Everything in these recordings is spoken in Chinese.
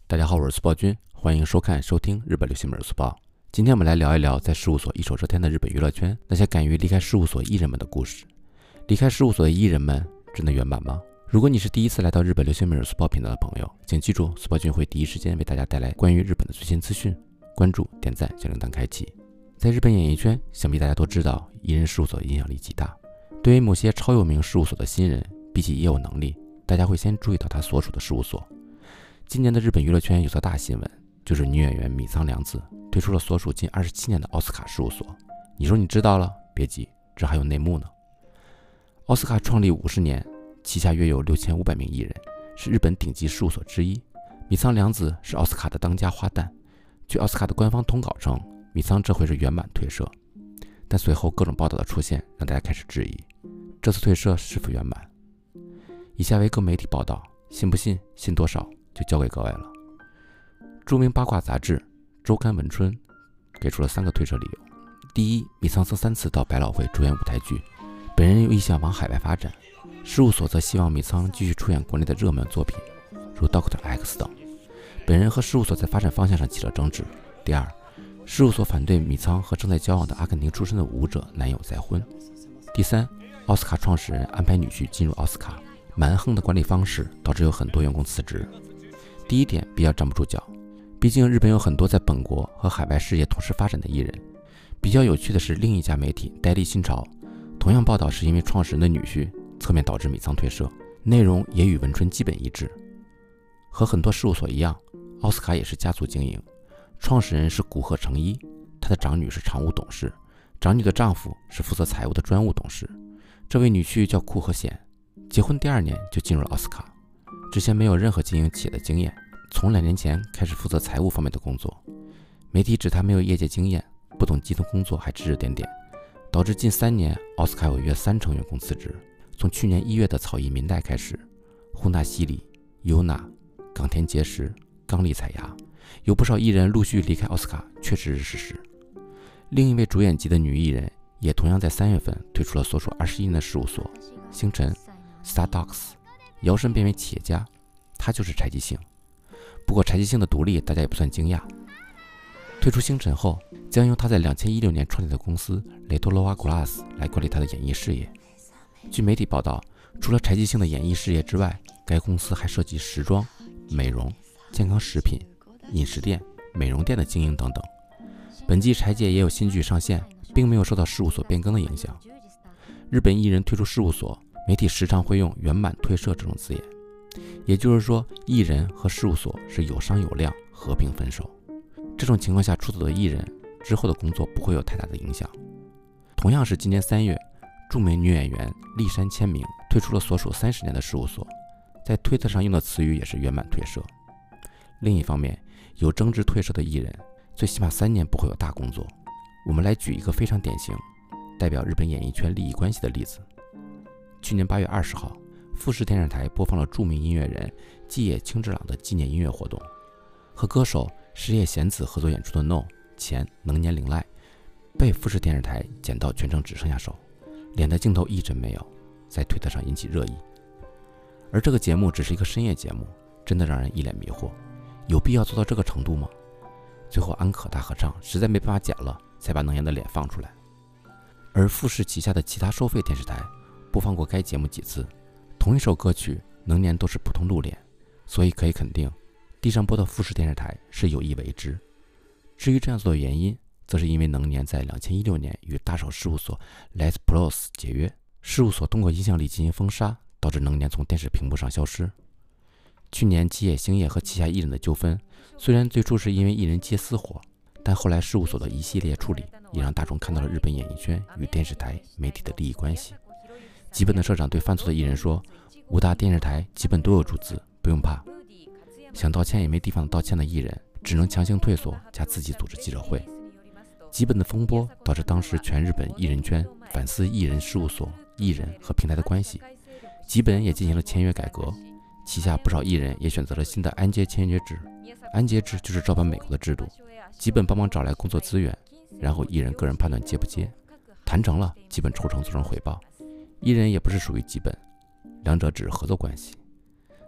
大家好，我是速报君，欢迎收听日本流行每日速报。今天我们来聊一聊在事务所一手遮天的日本娱乐圈那些敢于离开事务所艺人们的故事。离开事务所的艺人们真的圆满吗？如果你是第一次来到日本流行每日速报频道的朋友，请记住，速报君会第一时间为大家带来关于日本的最新资讯。关注、点赞、小铃铛开启。在日本演艺圈，想必大家都知道，艺人事务所的影响力极大。对于某些超有名事务所的新人，比起业务能力，大家会先注意到他所属的事务所。今年的日本娱乐圈有则大新闻，就是女演员米仓凉子推出了所属近27年的奥斯卡事务所。你说你知道了？别急，这还有内幕呢。奥斯卡创立50年，旗下约有6500名艺人，是日本顶级事务所之一。米仓凉子是奥斯卡的当家花旦。据奥斯卡的官方通稿称，米仓这回是圆满退社，但随后各种报道的出现让大家开始质疑，这次退社是否圆满？以下为各媒体报道，信不信，信多少就交给各位了。著名八卦杂志《周刊文春》给出了3个退社理由。第一，米仓曾3次到百老汇主演舞台剧，本人有意向往海外发展，事务所则希望米仓继续出演国内的热门作品，如 Dr. X 等。本人和事务所在发展方向上起了争执。第二，事务所反对米仓和正在交往的阿根廷出身的舞者男友再婚。第三，奥斯卡创始人安排女婿进入奥斯卡，蛮横的管理方式导致有很多员工辞职。第一点比较站不住脚，毕竟日本有很多在本国和海外事业同时发展的艺人。比较有趣的是，另一家媒体呆立新潮同样报道是因为创始人的女婿侧面导致米仓退社，内容也与文春基本一致。和很多事务所一样，奥斯卡也是家族经营，创始人是古贺诚一，他的长女是常务董事，长女的丈夫是负责财务的专务董事。这位女婿叫库贺显，结婚第2年就进入了奥斯卡，之前没有任何经营企业的经验，从2年前开始负责财务方面的工作。媒体指他没有业界经验，不懂基层工作，还指指点点，导致近3年奥斯卡有约30%员工辞职。从去年1月的草薙民代开始，户纳西里、优娜、冈田结实、冈利彩芽，有不少艺人陆续离开奥斯卡，确实是事实。另一位主演级的女艺人也同样在3月份退出了所属21年的事务所星辰 Stardogs， 摇身变为企业家，她就是柴吉幸。不过柴吉幸的独立大家也不算惊讶，退出星辰后将由她在2016年创立的公司雷托罗瓦古拉斯来管理她的演艺事业。据媒体报道，除了柴吉幸的演艺事业之外，该公司还涉及时装、美容、健康食品、饮食店、美容店的经营等等。本季柴姐也有新剧上线，并没有受到事务所变更的影响。日本艺人退出事务所，媒体时常会用圆满退社这种字眼，也就是说艺人和事务所是有商有量，和平分手。这种情况下出走的艺人之后的工作不会有太大的影响。同样是今年3月，著名女演员栗山千明退出了所属30年的事务所，在推特上用的词语也是圆满退社。另一方面，有争执退社的艺人最起码3年不会有大工作。我们来举一个非常典型代表日本演艺圈利益关系的例子。去年8月20号，富士电视台播放了著名音乐人纪野清治郎的纪念音乐活动，和歌手石野贤子合作演出的 No 前能年铃赖被富士电视台剪到全程只剩下手，脸的镜头一帧没有，在推特上引起热议。而这个节目只是一个深夜节目，真的让人一脸迷惑，有必要做到这个程度吗？最后安可大合唱实在没办法剪了，才把能言的脸放出来。而富士旗下的其他收费电视台播放过该节目几次，同一首歌曲能年都是普通露脸，所以可以肯定地上播的富士电视台是有意为之。至于这样做的原因，则是因为能年在2016年与大手事务所 Les Pros 解约，事务所通过影响力进行封杀，导致能年从电视屏幕上消失。去年吉野星野和旗下艺人的纠纷，虽然最初是因为艺人接私活，但后来事务所的一系列处理也让大众看到了日本演艺圈与电视台媒体的利益关系。吉本的社长对犯错的艺人说，五大电视台基本都有注资，不用怕。想道歉也没地方道歉的艺人只能强行退所加自己组织记者会。吉本的风波导致当时全日本艺人圈反思艺人事务所、艺人和平台的关系，吉本也进行了签约改革，旗下不少艺人也选择了新的安接签约制。安接制就是照搬美国的制度，吉本帮忙找来工作资源，然后艺人个人判断接不接，谈成了基本抽成做成回报，艺人也不是属于吉本，两者只是合作关系。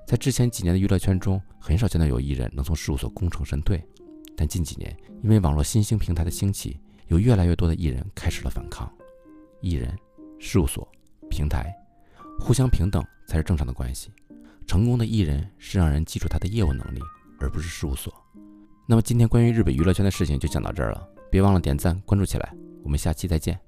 在之前几年的娱乐圈中，很少见到有艺人能从事务所功成身退，但近几年，因为网络新兴平台的兴起，有越来越多的艺人开始了反抗。艺人、事务所、平台，互相平等才是正常的关系。成功的艺人是让人记住他的业务能力，而不是事务所。那么今天关于日本娱乐圈的事情就讲到这儿了，别忘了点赞关注起来，我们下期再见。